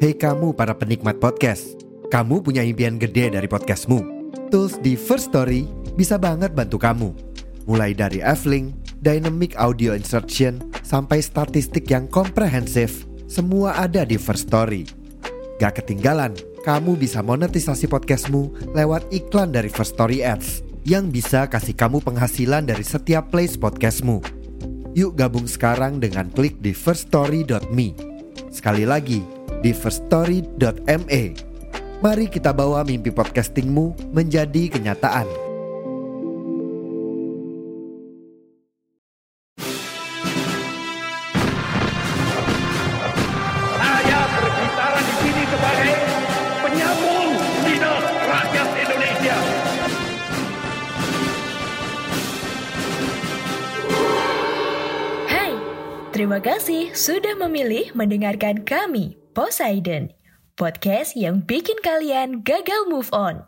Hei kamu para penikmat podcast, kamu punya impian gede dari podcastmu. Tools di First Story bisa banget bantu kamu. Mulai dari F-Link, Dynamic Audio Insertion, sampai statistik yang komprehensif, semua ada di First Story. Gak ketinggalan, kamu bisa monetisasi podcastmu lewat iklan dari First Story Ads yang bisa kasih kamu penghasilan dari setiap plays podcastmu. Yuk gabung sekarang dengan klik di firststory.me. Sekali lagi, di firststory.me. Mari kita bawa mimpi podcastingmu menjadi kenyataan. Saya berbicara di sini sebagai penyambung lidah rakyat Indonesia. Hai, terima kasih sudah memilih mendengarkan kami, Poseidon, podcast yang bikin kalian gagal move on.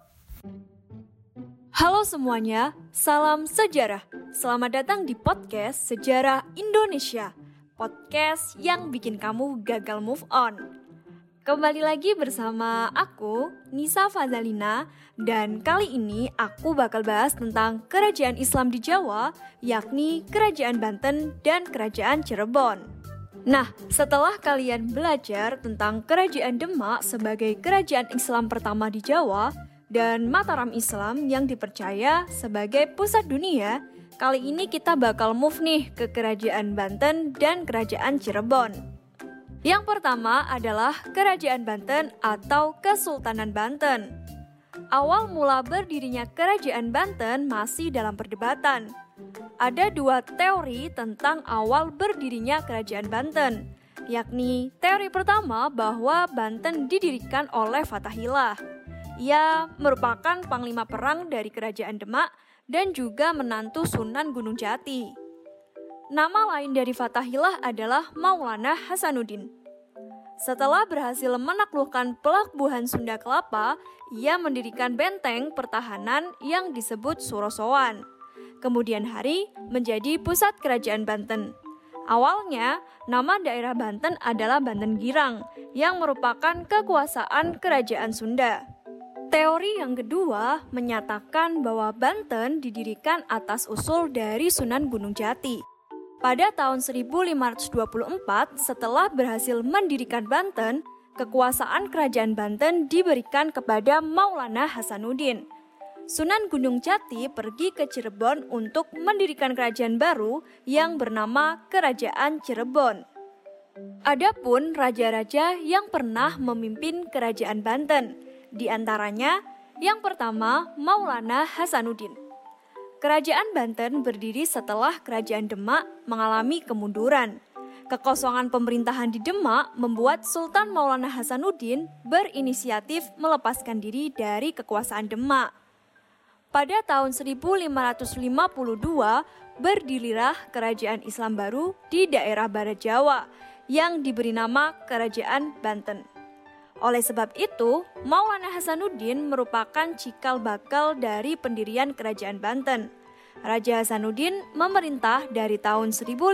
Halo semuanya, salam sejarah. Selamat datang di podcast Sejarah Indonesia, podcast yang bikin kamu gagal move on. Kembali lagi bersama aku, Nisa Fazalina, dan kali ini aku bakal bahas tentang kerajaan Islam di Jawa, yakni Kerajaan Banten dan Kerajaan Cirebon. Nah, setelah kalian belajar tentang Kerajaan Demak sebagai kerajaan Islam pertama di Jawa dan Mataram Islam yang dipercaya sebagai pusat dunia, kali ini kita bakal move nih ke Kerajaan Banten dan Kerajaan Cirebon. Yang pertama adalah Kerajaan Banten atau Kesultanan Banten. Awal mula berdirinya Kerajaan Banten masih dalam perdebatan. Ada dua teori tentang awal berdirinya Kerajaan Banten, yakni teori pertama bahwa Banten didirikan oleh Fathahillah. Ia merupakan panglima perang dari Kerajaan Demak dan juga menantu Sunan Gunung Jati. Nama lain dari Fathahillah adalah Maulana Hasanuddin. Setelah berhasil menaklukkan pelabuhan Sunda Kelapa, ia mendirikan benteng pertahanan yang disebut Surosowan. Kemudian hari menjadi pusat Kerajaan Banten. Awalnya, nama daerah Banten adalah Banten Girang, yang merupakan kekuasaan Kerajaan Sunda. Teori yang kedua menyatakan bahwa Banten didirikan atas usul dari Sunan Gunung Jati. Pada tahun 1524, setelah berhasil mendirikan Banten, kekuasaan Kerajaan Banten diberikan kepada Maulana Hasanuddin. Sunan Gunung Jati pergi ke Cirebon untuk mendirikan kerajaan baru yang bernama Kerajaan Cirebon. Adapun raja-raja yang pernah memimpin Kerajaan Banten, di antaranya yang pertama Maulana Hasanuddin. Kerajaan Banten berdiri setelah Kerajaan Demak mengalami kemunduran. Kekosongan pemerintahan di Demak membuat Sultan Maulana Hasanuddin berinisiatif melepaskan diri dari kekuasaan Demak. Pada tahun 1552, berdirilah kerajaan Islam baru di daerah Barat Jawa yang diberi nama Kerajaan Banten. Oleh sebab itu, Maulana Hasanuddin merupakan cikal bakal dari pendirian Kerajaan Banten. Raja Hasanuddin memerintah dari tahun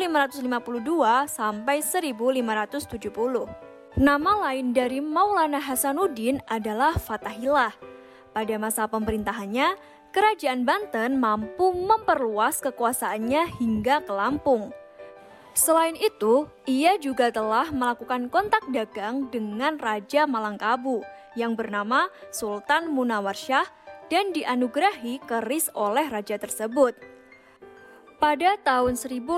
1552 sampai 1570. Nama lain dari Maulana Hasanuddin adalah Fathahillah. Pada masa pemerintahannya, Kerajaan Banten mampu memperluas kekuasaannya hingga ke Lampung. Selain itu, ia juga telah melakukan kontak dagang dengan Raja Malangkabu yang bernama Sultan Munawarsyah dan dianugerahi keris oleh raja tersebut. Pada tahun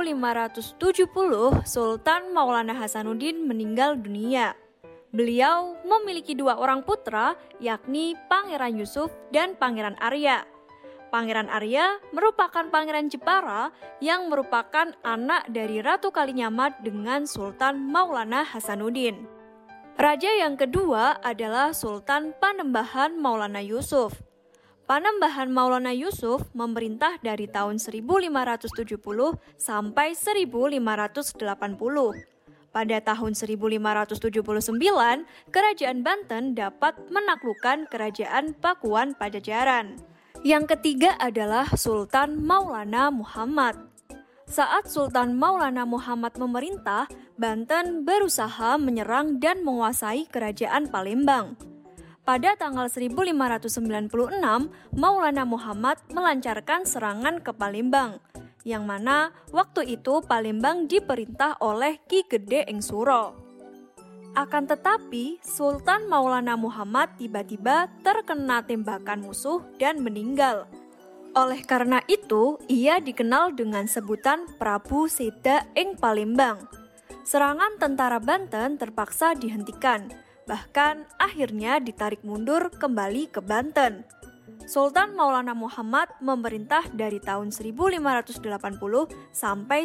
1570, Sultan Maulana Hasanuddin meninggal dunia. Beliau memiliki dua orang putra, yakni Pangeran Yusuf dan Pangeran Arya. Pangeran Arya merupakan Pangeran Jepara yang merupakan anak dari Ratu Kalinyamat dengan Sultan Maulana Hasanuddin. Raja yang kedua adalah Sultan Panembahan Maulana Yusuf. Panembahan Maulana Yusuf memerintah dari tahun 1570 sampai 1580. Pada tahun 1579, Kerajaan Banten dapat menaklukkan Kerajaan Pakuan Pajajaran. Yang ketiga adalah Sultan Maulana Muhammad. Saat Sultan Maulana Muhammad memerintah, Banten berusaha menyerang dan menguasai kerajaan Palembang. Pada tanggal 1596, Maulana Muhammad melancarkan serangan ke Palembang, yang mana waktu itu Palembang diperintah oleh Ki Gede Ing Suro. Akan tetapi, Sultan Maulana Muhammad tiba-tiba terkena tembakan musuh dan meninggal. Oleh karena itu, ia dikenal dengan sebutan Prabu Seda Ing Palembang. Serangan tentara Banten terpaksa dihentikan, bahkan akhirnya ditarik mundur kembali ke Banten. Sultan Maulana Muhammad memerintah dari tahun 1580 sampai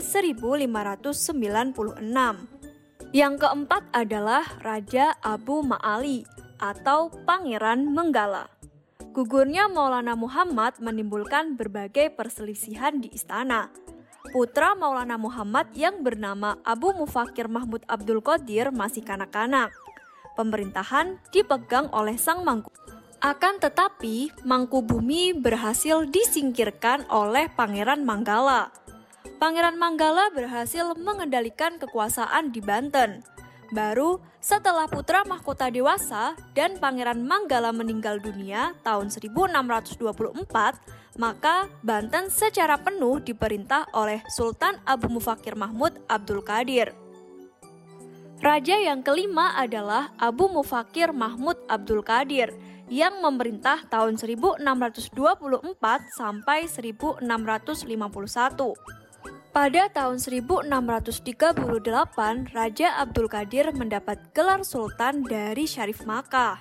1596. Yang keempat adalah Raja Abu Ma'ali atau Pangeran Menggala. Gugurnya Maulana Muhammad menimbulkan berbagai perselisihan di istana. Putra Maulana Muhammad yang bernama Abu Mufakir Mahmud Abdul Qadir masih kanak-kanak. Pemerintahan dipegang oleh sang Mangku. Akan tetapi, Mangkubumi berhasil disingkirkan oleh Pangeran Manggala. Pangeran Manggala berhasil mengendalikan kekuasaan di Banten. Baru setelah putra mahkota dewasa dan Pangeran Manggala meninggal dunia tahun 1624, maka Banten secara penuh diperintah oleh Sultan Abu Mufakir Mahmud Abdul Qadir. Raja yang kelima adalah Abu Mufakir Mahmud Abdul Qadir yang memerintah tahun 1624 sampai 1651. Pada tahun 1638, Raja Abdul Qadir mendapat gelar Sultan dari Syarif Makkah.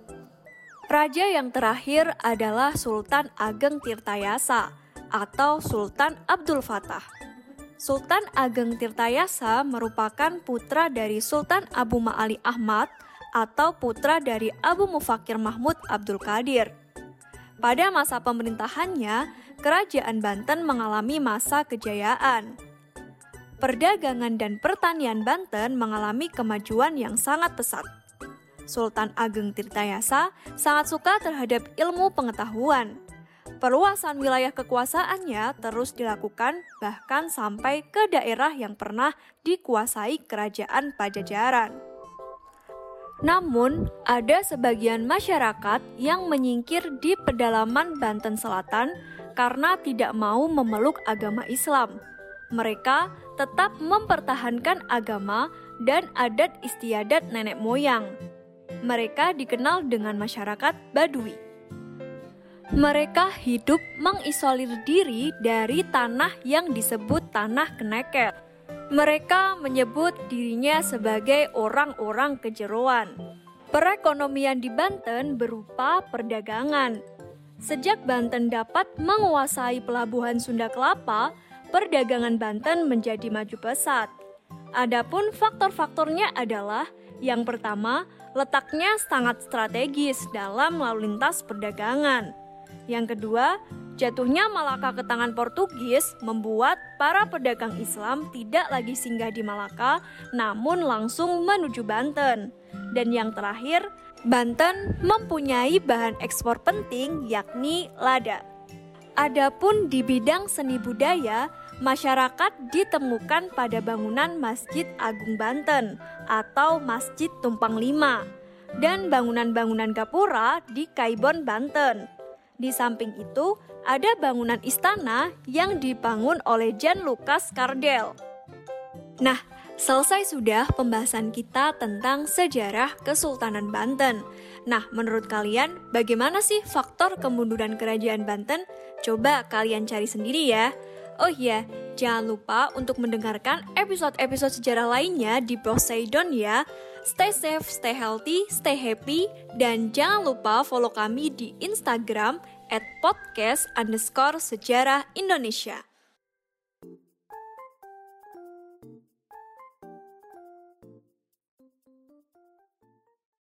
Raja yang terakhir adalah Sultan Ageng Tirtayasa atau Sultan Abdul Fattah. Sultan Ageng Tirtayasa merupakan putra dari Sultan Abu Ma'ali Ahmad atau putra dari Abu Mufakir Mahmud Abdul Qadir. Pada masa pemerintahannya, Kerajaan Banten mengalami masa kejayaan. Perdagangan dan pertanian Banten mengalami kemajuan yang sangat pesat. Sultan Ageng Tirtayasa sangat suka terhadap ilmu pengetahuan. Perluasan wilayah kekuasaannya terus dilakukan bahkan sampai ke daerah yang pernah dikuasai Kerajaan Pajajaran. Namun, ada sebagian masyarakat yang menyingkir di pedalaman Banten Selatan karena tidak mau memeluk agama Islam. Mereka tetap mempertahankan agama dan adat istiadat nenek moyang. Mereka dikenal dengan masyarakat Badui. Mereka hidup mengisolir diri dari tanah yang disebut tanah Keneket. Mereka menyebut dirinya sebagai orang-orang kejeroan. Perekonomian di Banten berupa perdagangan. Sejak Banten dapat menguasai pelabuhan Sunda Kelapa, perdagangan Banten menjadi maju pesat. Adapun faktor-faktornya adalah, yang pertama, letaknya sangat strategis dalam lalu lintas perdagangan. Yang kedua, jatuhnya Malaka ke tangan Portugis membuat para pedagang Islam tidak lagi singgah di Malaka, namun langsung menuju Banten. Dan yang terakhir, Banten mempunyai bahan ekspor penting yakni lada. Adapun di bidang seni budaya, masyarakat ditemukan pada bangunan Masjid Agung Banten atau Masjid Tumpang Lima dan bangunan-bangunan gapura di Kaibon, Banten. Di samping itu, ada bangunan istana yang dibangun oleh Jan Lucas Cardel. Nah, selesai sudah pembahasan kita tentang sejarah Kesultanan Banten. Nah, menurut kalian bagaimana sih faktor kemunduran Kerajaan Banten? Coba kalian cari sendiri ya. Oh iya, jangan lupa untuk mendengarkan episode-episode sejarah lainnya di Poseidon ya. Stay safe, stay healthy, stay happy, dan jangan lupa follow kami di Instagram @podcast_sejarah Indonesia.